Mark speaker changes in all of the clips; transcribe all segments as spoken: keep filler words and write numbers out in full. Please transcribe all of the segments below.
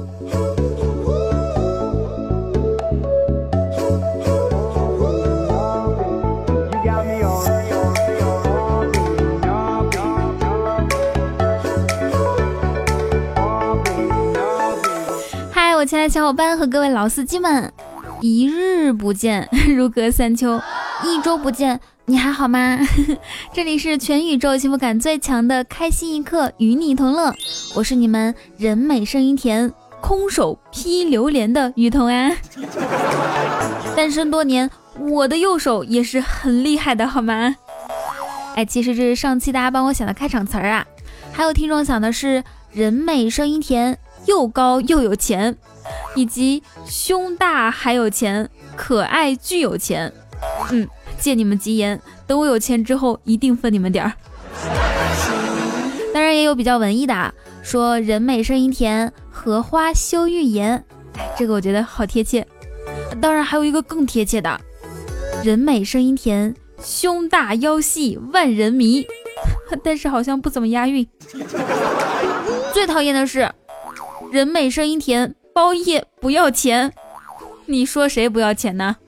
Speaker 1: 嗨，我亲爱的小伙伴和各位老司机们，一日不见如隔三秋，一周不见你还好吗？这里是全宇宙幸福感最强的开心一刻，与你同乐，我是你们人美声音甜空手劈榴莲的雨桐啊。单身多年，我的右手也是很厉害的好吗？哎，其实这是上期大家帮我想的开场词儿啊。还有听众想的是人美声音甜，又高又有钱，以及胸大还有钱，可爱巨有钱。嗯，借你们吉言，等我有钱之后一定分你们点儿。当然也有比较文艺的，说人美声音甜，荷花羞欲言。哎，这个我觉得好贴切。当然还有一个更贴切的，人美声音甜，胸大腰细万人迷。但是好像不怎么押韵。最讨厌的是人美声音甜，包夜不要钱。你说谁不要钱呢？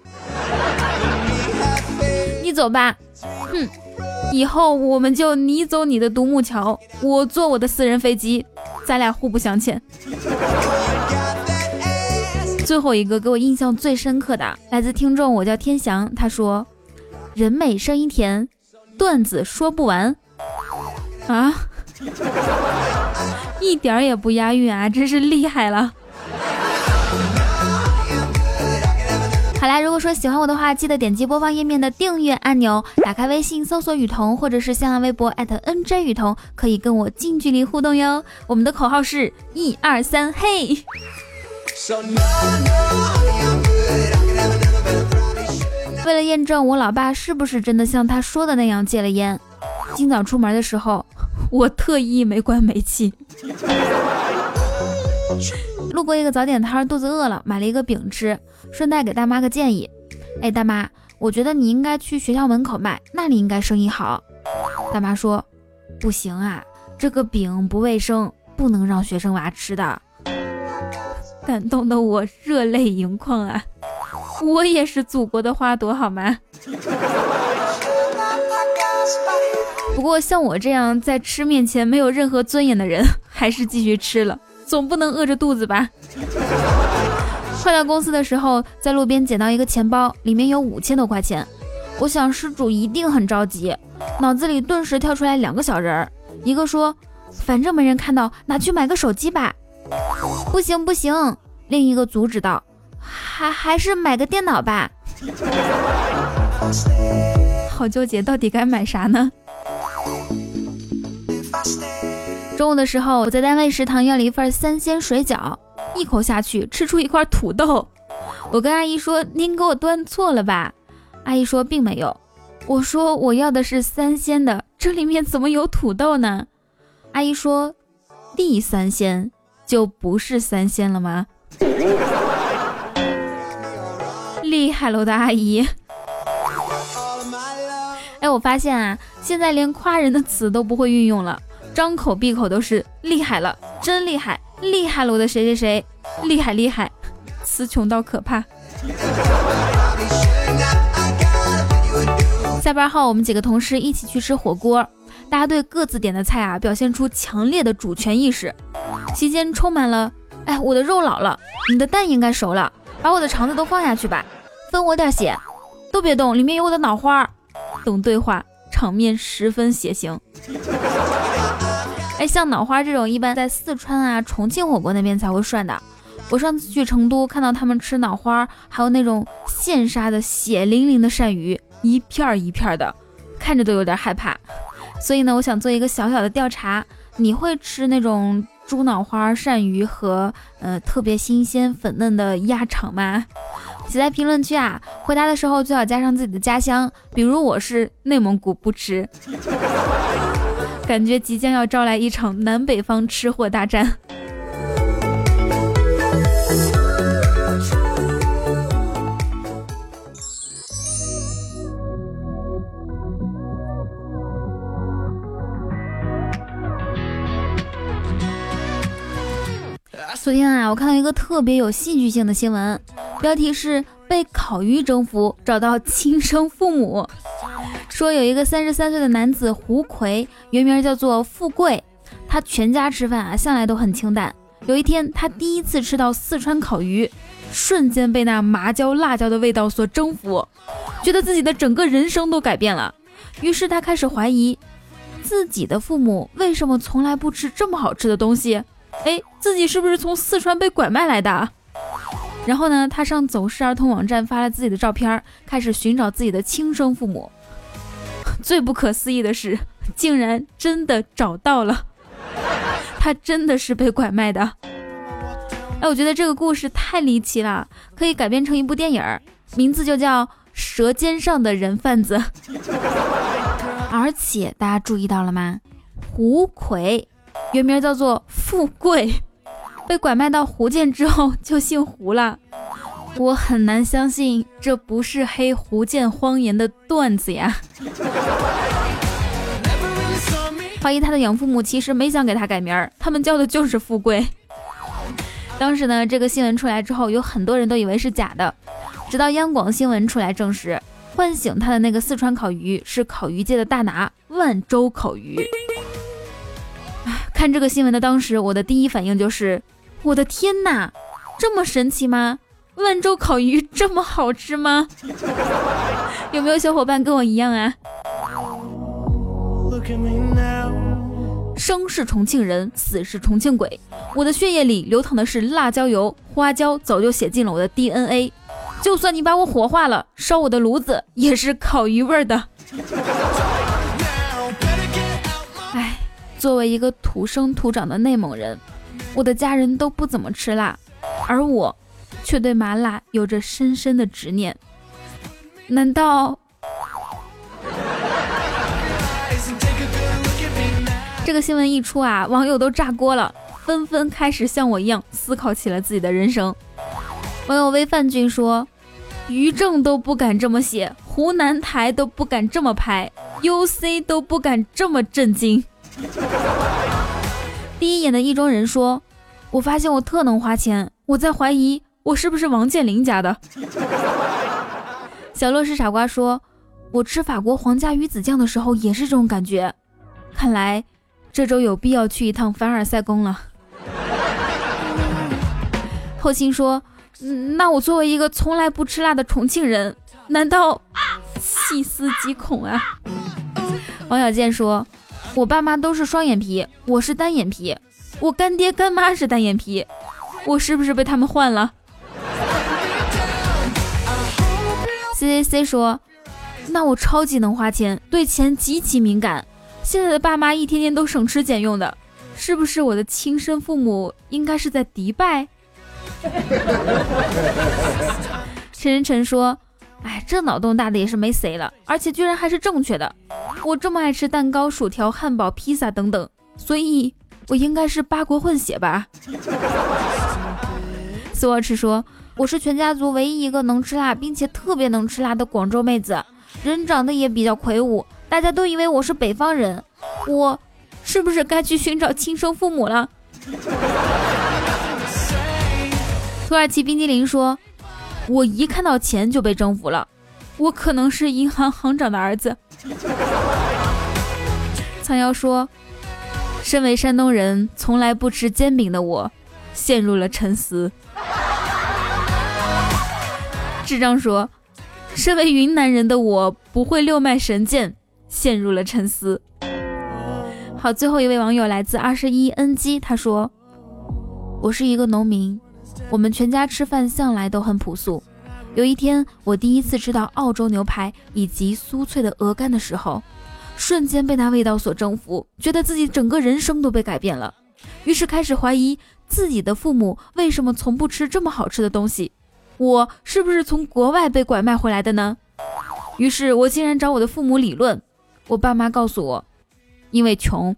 Speaker 1: 你走吧，哼，以后我们就你走你的独木桥，我坐我的私人飞机，咱俩互不相欠。最后一个给我印象最深刻的来自听众，我叫天翔，他说人美声音甜，段子说不完啊，一点也不押韵啊，真是厉害了。好啦，如果说喜欢我的话，记得点击播放页面的订阅按钮，打开微信搜索雨桐，或者是新浪微博 at N J 雨桐，可以跟我近距离互动哟。我们的口号是一二三嘿。为了验证我老爸是不是真的像他说的那样戒了烟，今早出门的时候我特意没关煤气。路过一个早点摊，肚子饿了，买了一个饼吃，顺带给大妈个建议，哎，大妈，我觉得你应该去学校门口卖，那里应该生意好。大妈说不行啊，这个饼不卫生，不能让学生娃吃的。感动的我热泪盈眶啊，我也是祖国的花朵好吗？不过像我这样在吃面前没有任何尊严的人，还是继续吃了，总不能饿着肚子吧。快到公司的时候，在路边捡到一个钱包，里面有五千多块钱。我想失主一定很着急，脑子里顿时跳出来两个小人儿，一个说反正没人看到，拿去买个手机吧。不行不行，另一个阻止道，还还是买个电脑吧。好纠结，到底该买啥呢？中午的时候，我在单位食堂要了一份三鲜水饺，一口下去吃出一块土豆。我跟阿姨说，您给我端错了吧？阿姨说并没有。我说我要的是三鲜的，这里面怎么有土豆呢？阿姨说地三鲜就不是三鲜了吗？厉害了我的阿姨。哎，我发现啊，现在连夸人的词都不会运用了，张口闭口都是厉害了，真厉害，厉害了我的谁谁谁，厉害厉害，词穷到可怕。下班后我们几个同事一起去吃火锅，大家对各自点的菜啊表现出强烈的主权意识，期间充满了哎，我的肉老了，你的蛋应该熟了，把我的肠子都放下去吧，分我点血，都别动，里面有我的脑花等对话，场面十分血腥。哎，像脑花这种一般在四川啊重庆火锅那边才会涮的，我上次去成都看到他们吃脑花，还有那种现杀的血淋淋的鳝鱼，一片一片的，看着都有点害怕。所以呢，我想做一个小小的调查，你会吃那种猪脑花、鳝鱼和呃特别新鲜粉嫩的鸭肠吗？写在评论区啊，回答的时候最好加上自己的家乡，比如我是内蒙古不吃。感觉即将要招来一场南北方吃货大战。 昨天啊，我看到一个特别有戏剧性的新闻，标题是被烤鱼征服，找到亲生父母。说有一个三十三岁的男子胡奎，原名叫做富贵，他全家吃饭啊向来都很清淡。有一天，他第一次吃到四川烤鱼，瞬间被那麻椒辣椒的味道所征服，觉得自己的整个人生都改变了。于是他开始怀疑自己的父母为什么从来不吃这么好吃的东西。哎，自己是不是从四川被拐卖来的？然后呢，他上走失儿童网站发了自己的照片，开始寻找自己的亲生父母。最不可思议的是，竟然真的找到了，他真的是被拐卖的。哎，我觉得这个故事太离奇了，可以改编成一部电影，名字就叫《舌尖上的人贩子》。而且大家注意到了吗？胡奎原名叫做富贵，被拐卖到福建之后就姓胡了。我很难相信这不是黑福建方言的段子呀。怀疑他的养父母其实没想给他改名，他们叫的就是富贵。当时呢，这个新闻出来之后，有很多人都以为是假的，直到央广新闻出来证实，唤醒他的那个四川烤鱼是烤鱼界的大拿万州烤鱼。看这个新闻的当时，我的第一反应就是，我的天哪，这么神奇吗？万州烤鱼这么好吃吗？有没有小伙伴跟我一样啊？生是重庆人，死是重庆鬼。我的血液里流淌的是辣椒油，花椒早就写进了我的 D N A。就算你把我火化了，烧我的炉子也是烤鱼味的。哎，作为一个土生土长的内蒙人，我的家人都不怎么吃辣，而我却对麻辣有着深深的执念。难道这个新闻一出啊，网友都炸锅了，纷纷开始像我一样思考起了自己的人生。网友微范君说，于正都不敢这么写，湖南台都不敢这么拍， U C 都不敢这么震惊。第一眼的意中人说，我发现我特能花钱，我在怀疑我是不是王健林家的。小乐士傻瓜说，我吃法国皇家鱼子酱的时候也是这种感觉，看来这周有必要去一趟凡尔赛宫了。后清说，嗯，那我作为一个从来不吃辣的重庆人，难道细思极恐啊？王小健说，我爸妈都是双眼皮，我是单眼皮，我干爹干妈是单眼皮，我是不是被他们换了？ C C C 说，那我超级能花钱，对钱极其敏感，现在的爸妈一天天都省吃俭用的，是不是我的亲生父母应该是在迪拜？陈晨晨说，哎，这脑洞大的也是没谁了，而且居然还是正确的。我这么爱吃蛋糕、薯条、汉堡、披萨等等，所以我应该是八国混血吧。斯沃吃说，我是全家族唯一一个能吃辣并且特别能吃辣的广州妹子，人长得也比较魁梧，大家都以为我是北方人，我是不是该去寻找亲生父母了？土耳其冰激凌说，我一看到钱就被征服了，我可能是银行行长的儿子。苍瑶说，身为山东人从来不吃煎饼的我陷入了沉思。智障说，身为云南人的我不会六脉神剑，陷入了沉思。好，最后一位网友来自二十一 N G， 他说，我是一个农民，我们全家吃饭向来都很朴素。有一天，我第一次吃到澳洲牛排以及酥脆的鹅肝的时候，瞬间被那味道所征服，觉得自己整个人生都被改变了。于是开始怀疑自己的父母为什么从不吃这么好吃的东西，我是不是从国外被拐卖回来的呢？于是我竟然找我的父母理论，我爸妈告诉我，因为穷。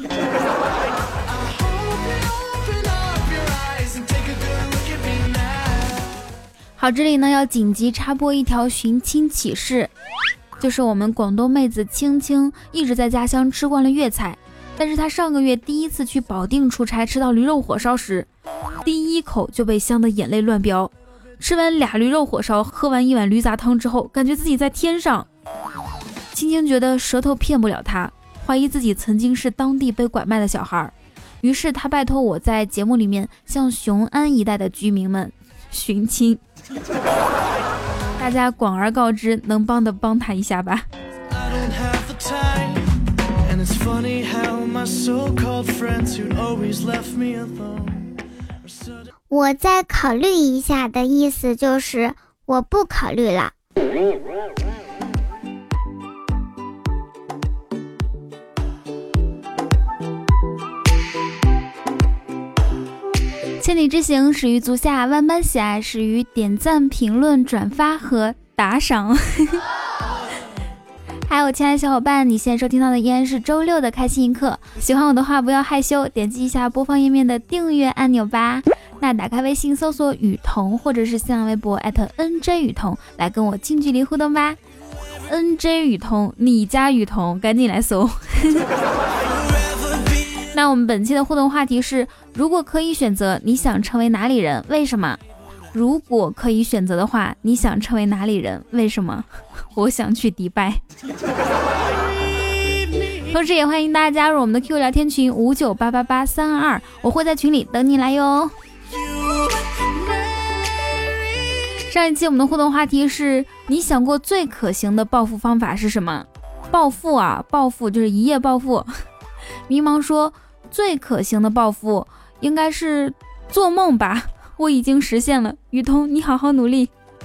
Speaker 1: 好，这里呢要紧急插播一条寻亲启事，就是我们广东妹子青青一直在家乡吃惯了粤菜， 但是他上个月第一次去保定出差，吃到驴肉火烧时，第一口就被香得眼泪乱飙。吃完俩驴肉火烧，喝完一碗驴杂汤之后，感觉自己在天上。青青觉得舌头骗不了他，怀疑自己曾经是当地被拐卖的小孩，于是他拜托我在节目里面向雄安一带的居民们寻亲，大家广而告之，能帮的帮他一下吧。
Speaker 2: 我再考虑一下的意思就是我不考虑了。
Speaker 1: 千里之行始于足下，万般喜爱始于点赞、评论、转发和打赏。还有亲爱的小伙伴，你现在收听到的依然是周六的开心一刻。喜欢我的话不要害羞，点击一下播放页面的订阅按钮吧。那打开微信搜索雨桐，或者是新浪微博 at N J 雨桐，来跟我近距离互动吧。N J 雨桐，你家雨桐，赶紧来搜。那我们本期的互动话题是，如果可以选择，你想成为哪里人？为什么？如果可以选择的话，你想成为哪里人？为什么？我想去迪拜。同时也欢迎大家加入我们的 Q Q 聊天群五九八八八三二二，我会在群里等你来哟。上一期我们的互动话题是，你想过最可行的暴富方法是什么？暴富啊，暴富就是一夜暴富。迷茫说，最可行的暴富应该是做梦吧，我已经实现了。雨桐，你好好努力。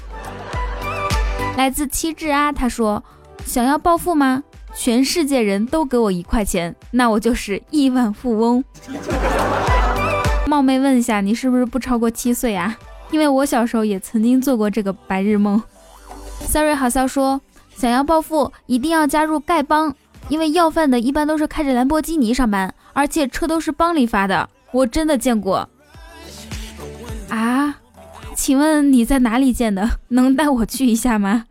Speaker 1: 来自七智啊，他说，想要暴富吗？全世界人都给我一块钱，那我就是亿万富翁。冒昧问一下，你是不是不超过七岁啊？因为我小时候也曾经做过这个白日梦。Sorry 好笑说，想要暴富一定要加入丐帮，因为要饭的一般都是开着兰博基尼上班，而且车都是帮里发的，我真的见过。啊，请问你在哪里见的？能带我去一下吗？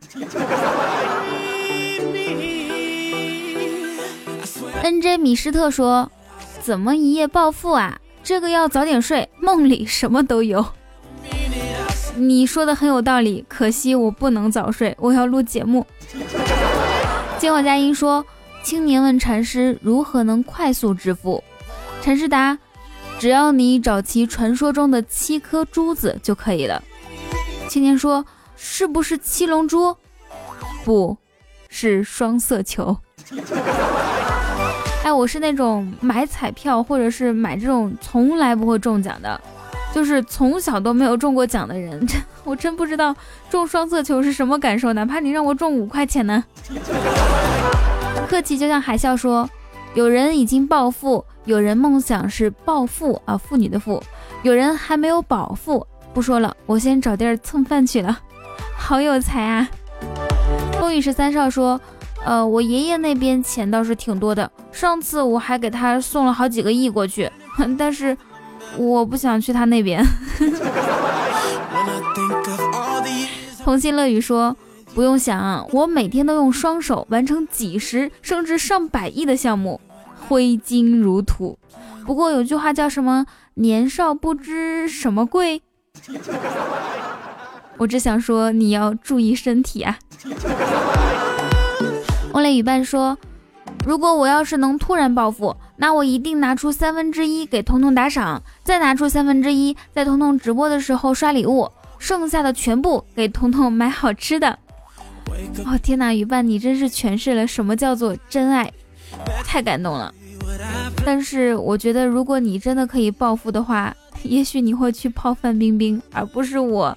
Speaker 1: N J 米施特说，怎么一夜暴富啊？这个要早点睡，梦里什么都有。你说的很有道理，可惜我不能早睡，我要录节目。金火佳音说，青年问禅师如何能快速致富，禅师答，只要你找齐传说中的七颗珠子就可以了。青年说，是不是七龙珠？不是双色球。哎，我是那种买彩票或者是买这种从来不会中奖的，就是从小都没有中过奖的人，我真不知道中双色球是什么感受，哪怕你让我中五块钱呢。客气就像海啸说，有人已经暴富，有人梦想是暴富啊，妇女的富，有人还没有饱腹。不说了，我先找地儿蹭饭去了。好有才啊。风雨十三少说，呃，我爷爷那边钱倒是挺多的，上次我还给他送了好几个亿过去，但是我不想去他那边。童心乐语说，不用想，我每天都用双手完成几十甚至上百亿的项目，挥金如土。不过有句话叫什么，年少不知什么贵。我只想说，你要注意身体啊。欧雷雨伴说，如果我要是能突然暴富，那我一定拿出三分之一给彤彤打赏，再拿出三分之一在彤彤直播的时候刷礼物，剩下的全部给彤彤买好吃的。哦天哪，雨伴你真是诠释了什么叫做真爱，太感动了。但是我觉得如果你真的可以暴富的话，也许你会去泡范冰冰而不是我。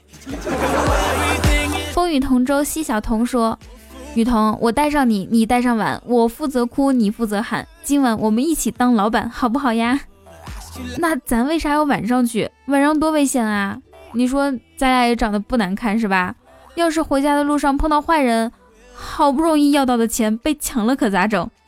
Speaker 1: 风雨同舟西小童说，雨桐，我带上你，你带上碗，我负责哭，你负责喊，今晚我们一起当老板好不好呀？那咱为啥要晚上去？晚上多危险啊！你说咱俩也长得不难看是吧？要是回家的路上碰到坏人，好不容易要到的钱被抢了可咋整？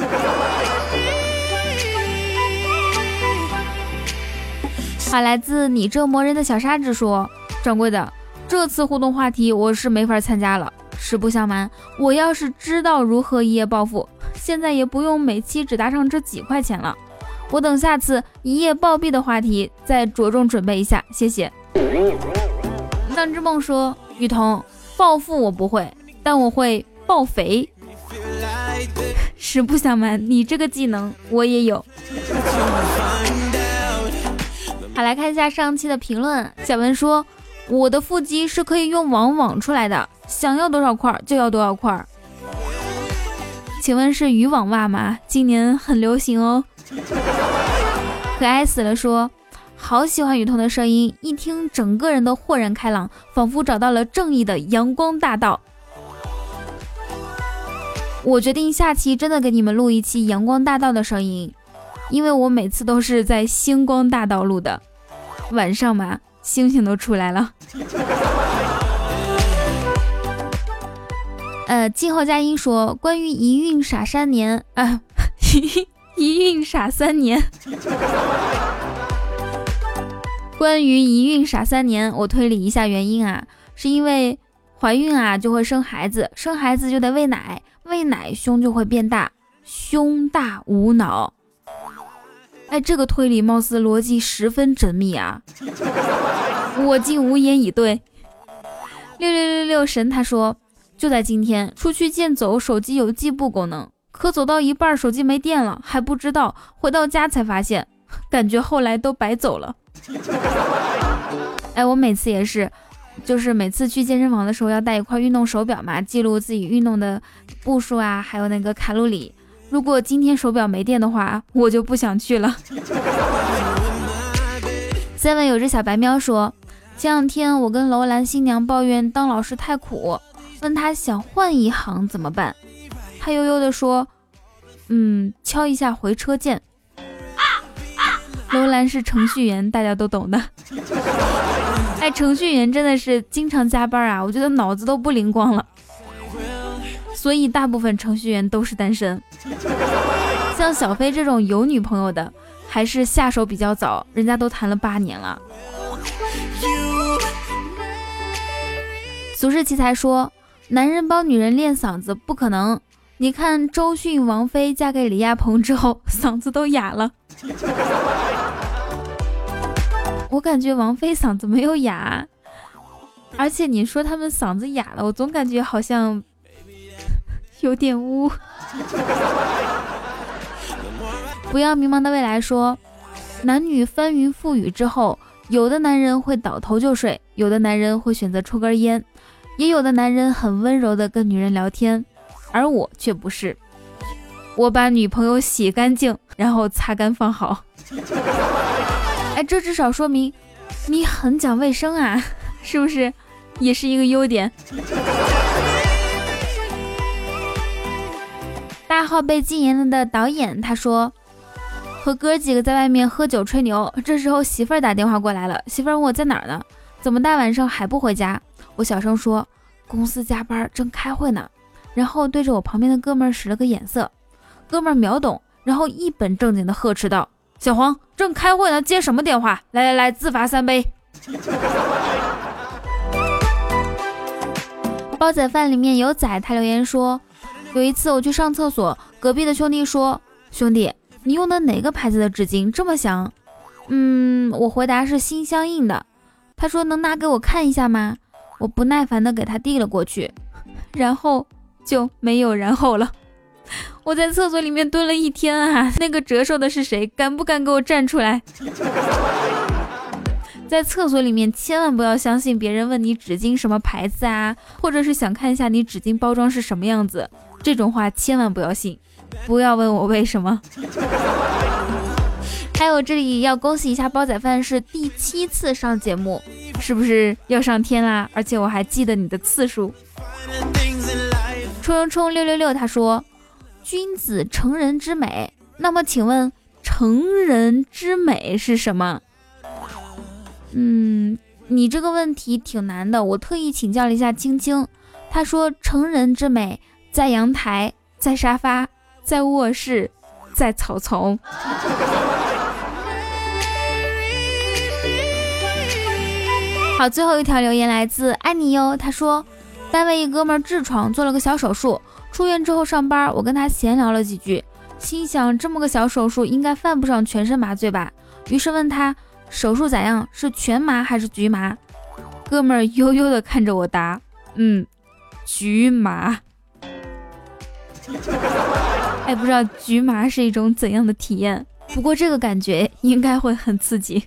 Speaker 1: 好，来自你这磨人的小沙子说，掌柜的，这次互动话题我是没法参加了。实不相瞒，我要是知道如何一夜暴富， 现在也不用每期只打赏这几块钱了。我等下次一夜暴毙的话题再着重准备一下，谢谢。浪之梦说，雨桐，暴富我不会，但我会暴肥。实不相瞒，你这个技能我也有。好，来看一下上期的评论。小文说，我的腹肌是可以用网网出来的，想要多少块就要多少块。请问是渔网袜吗？今年很流行哦。可爱死了说，好喜欢雨桐的声音，一听整个人都豁然开朗，仿佛找到了正义的阳光大道。我决定下期真的给你们录一期阳光大道的声音，因为我每次都是在星光大道录的，晚上嘛，星星都出来了。呃，静候佳音说，关于一孕傻三年啊，一孕傻三年。关于一孕傻三年，我推理一下原因啊，是因为怀孕啊就会生孩子，生孩子就得喂奶，喂奶胸就会变大，胸大无脑。哎，这个推理貌似逻辑十分缜密啊，我竟无言以对。六六六六神他说，就在今天出去健走，手机有计步功能，可走到一半手机没电了，还不知道，回到家才发现，感觉后来都白走了。哎，我每次也是，就是每次去健身房的时候要带一块运动手表嘛，记录自己运动的步数啊，还有那个卡路里。如果今天手表没电的话，我就不想去了。seven 有只小白喵说，前两天我跟楼兰新娘抱怨当老师太苦，问她想换一行怎么办，她悠悠地说，嗯，敲一下回车键。楼兰是程序员，大家都懂的。哎，程序员真的是经常加班啊，我觉得脑子都不灵光了。所以大部分程序员都是单身。像小飞这种有女朋友的，还是下手比较早，人家都谈了八年了。俗世奇才说，男人帮女人练嗓子不可能。你看周迅、王菲嫁给李亚鹏之后，嗓子都哑了。我感觉王菲嗓子没有哑，而且你说他们嗓子哑了，我总感觉好像有点污。不要迷茫的未来说，男女翻云覆雨之后，有的男人会倒头就睡，有的男人会选择抽根烟，也有的男人很温柔的跟女人聊天，而我却不是。我把女朋友洗干净，然后擦干放好。哎，这至少说明你很讲卫生啊，是不是也是一个优点？大号被禁言了的导演他说，和哥几个在外面喝酒吹牛，这时候媳妇儿打电话过来了，媳妇儿问我在哪儿呢，怎么大晚上还不回家？我小声说，公司加班正开会呢，然后对着我旁边的哥们儿使了个眼色，哥们儿秒懂，然后一本正经的呵斥道，小黄正开会呢，接什么电话？来来来，自罚三杯。煲仔饭里面有仔，他留言说，有一次我去上厕所，隔壁的兄弟说，兄弟你用的哪个牌子的纸巾这么香？嗯，我回答是心相印的。他说能拿给我看一下吗？我不耐烦的给他递了过去，然后就没有然后了。我在厕所里面蹲了一天啊，那个折寿的是谁？敢不敢给我站出来？在厕所里面千万不要相信别人问你纸巾什么牌子啊，或者是想看一下你纸巾包装是什么样子，这种话千万不要信，不要问我为什么。还有这里要恭喜一下煲仔饭是第七次上节目，是不是要上天啦？而且我还记得你的次数。冲冲冲六六六他说，君子成人之美，那么请问成人之美是什么？嗯，你这个问题挺难的，我特意请教了一下青青，他说成人之美在阳台，在沙发，在卧室，在草丛。好，最后一条留言来自爱你哟，他说单位一哥们痔疮做了个小手术， 出院之后上班，我跟他闲聊了几句，心想这么个小手术应该犯不上全身麻醉吧，于是问他手术咋样，是全麻还是局麻？哥们儿悠悠地看着我答，嗯，局麻。哎，不知道局麻是一种怎样的体验，不过这个感觉应该会很刺激。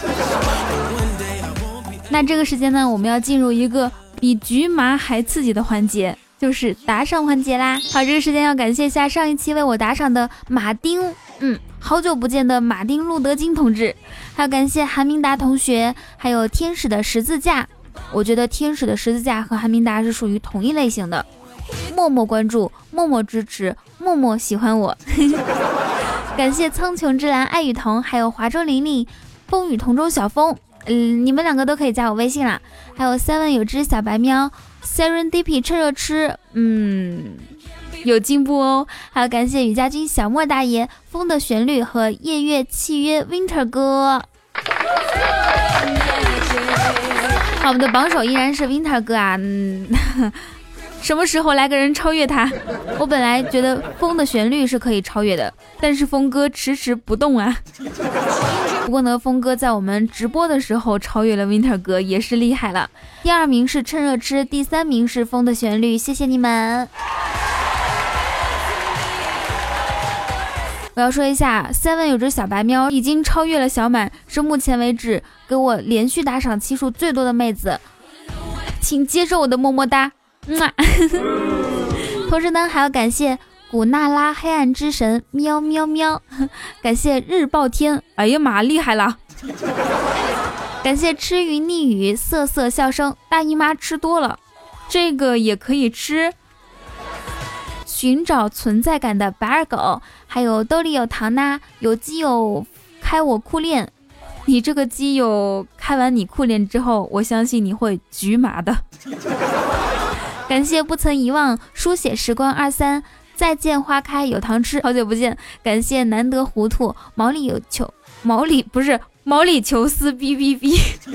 Speaker 1: 那这个时间呢，我们要进入一个比局麻还刺激的环节，就是打赏环节啦。好，这个时间要感谢一下上一期为我打赏的马丁，嗯，好久不见的马丁路德金同志，还要感谢韩明达同学，还有天使的十字架。我觉得天使的十字架和韩明达是属于同一类型的，默默关注，默默支持，默默喜欢我。感谢苍穹之蓝、爱雨桐，还有华州玲玲、风雨同舟小风，嗯，你们两个都可以加我微信啦。还有 seven 有只小白喵 Serendipity 趁热吃，嗯，有进步哦。还有感谢雨家军小莫大爷、风的旋律和夜月契约 Winter 哥。好，我们的榜首依然是 Winter 哥啊，嗯，什么时候来个人超越他？我本来觉得风的旋律是可以超越的，但是风哥迟迟不动啊。不过呢，风哥在我们直播的时候超越了 Winter 哥，也是厉害了。第二名是趁热吃，第三名是风的旋律，谢谢你们。我要说一下 seven 有只小白喵已经超越了小满，是目前为止给我连续打赏期数最多的妹子，请接受我的么么哒。同时呢，还要感谢古娜拉黑暗之神喵喵喵，感谢日爆天，哎呀妈，厉害了！感谢吃鱼逆语瑟瑟笑声，大姨妈吃多了，这个也可以吃。寻找存在感的白二狗，还有兜里有糖呐，有基友开我酷恋，你这个基友开完你酷恋之后，我相信你会局麻的。感谢不曾遗忘书写时光二三，再见花开有糖吃，好久不见。感谢难得糊涂毛里有球毛里不是毛里求斯哔哔哔。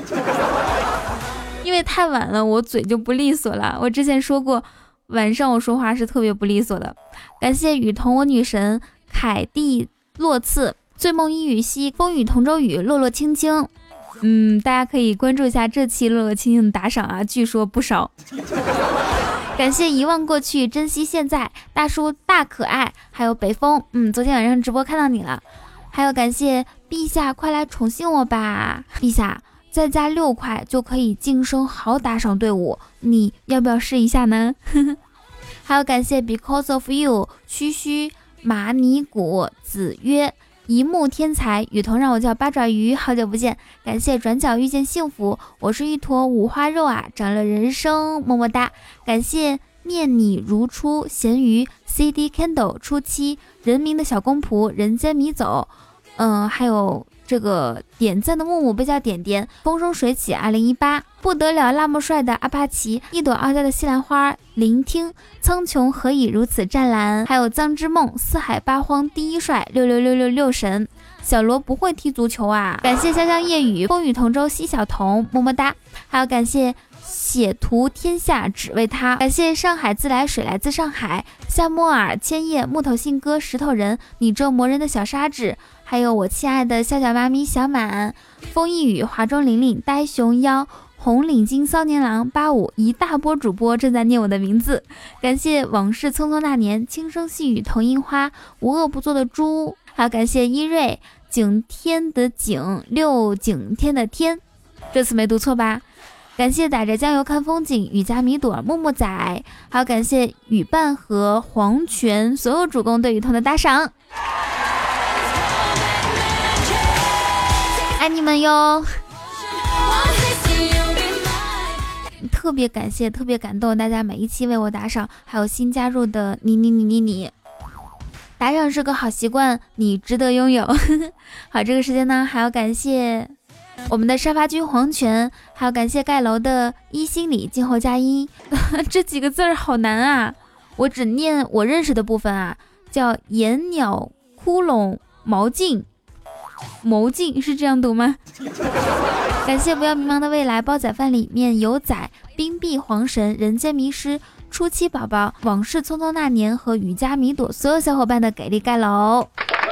Speaker 1: 因为太晚了，我嘴就不利索了。我之前说过，晚上我说话是特别不利索的。感谢雨桐我女神凯蒂洛次醉梦一雨兮风雨同舟雨落落青青。嗯，大家可以关注一下这期落落青青的打赏啊，据说不少。感谢遗忘过去珍惜现在大叔大可爱，还有北风，嗯，昨天晚上直播看到你了。还有感谢陛下快来宠幸我吧，陛下再加六块就可以晋升好打赏队伍，你要不要试一下呢？还有感谢 Because of You 嘘嘘马尼古子曰一木天才雨桐让我叫八爪鱼，好久不见。感谢转角遇见幸福，我是一坨五花肉啊，长了人生，么么哒。感谢念你如初咸鱼 C D Candle 初期人民的小公仆人间迷走，嗯、呃，还有这个点赞的木木被叫点点，风生水起二零一八不得了那么帅的阿帕奇，一朵傲娇的西兰花聆听苍穹何以如此湛蓝，还有藏之梦四海八荒第一帅六六六六六神。小罗不会踢足球啊，感谢香香夜雨风雨同舟西小童么么哒。还有感谢写图天下只为他，感谢上海自来水来自上海夏莫尔千叶木头信哥石头人你这磨人的小沙子，还有我亲爱的笑笑妈咪小满风一雨华中玲玲呆熊妖红领巾骚年郎八五一大波主播正在念我的名字。感谢往事匆匆那年轻声细语同樱花无恶不作的猪，还有感谢伊瑞景天的景六景天的天，这次没读错吧。感谢打着酱油看风景雨家米朵木木仔，还有感谢雨伴和黄泉所有主公对雨桐的打赏，爱你们哟。特别感谢特别感动大家每一期为我打赏，还有新加入的你你你你你，打赏是个好习惯，你值得拥有。好，这个时间呢还要感谢我们的沙发君黄泉，还要感谢盖楼的一心里静候佳音。这几个字儿好难啊，我只念我认识的部分啊，叫岩鸟窟窿毛镜，毛镜是这样读吗？感谢不要迷茫的未来，煲仔饭里面有仔冰碧黄神人间迷失初期宝宝、往事匆匆那年和雨加米朵所有小伙伴的给力盖楼。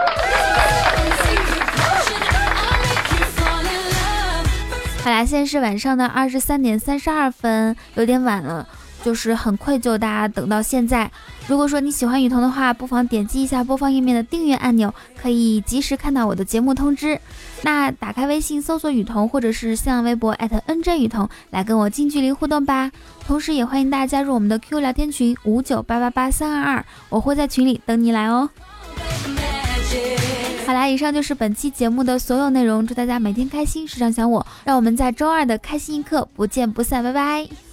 Speaker 1: 好啦，现在是晚上的二十三点三十二分，有点晚了，就是很愧疚大家等到现在。如果说你喜欢雨桐的话，不妨点击一下播放页面的订阅按钮，可以及时看到我的节目通知。那打开微信搜索雨桐，或者是新浪微博 at N J 雨桐，来跟我近距离互动吧。同时也欢迎大家加入我们的 Q 聊天群五九八八八三二二，我会在群里等你来哦。好啦，以上就是本期节目的所有内容，祝大家每天开心，时常想我，让我们在周二的开心一刻不见不散，拜拜。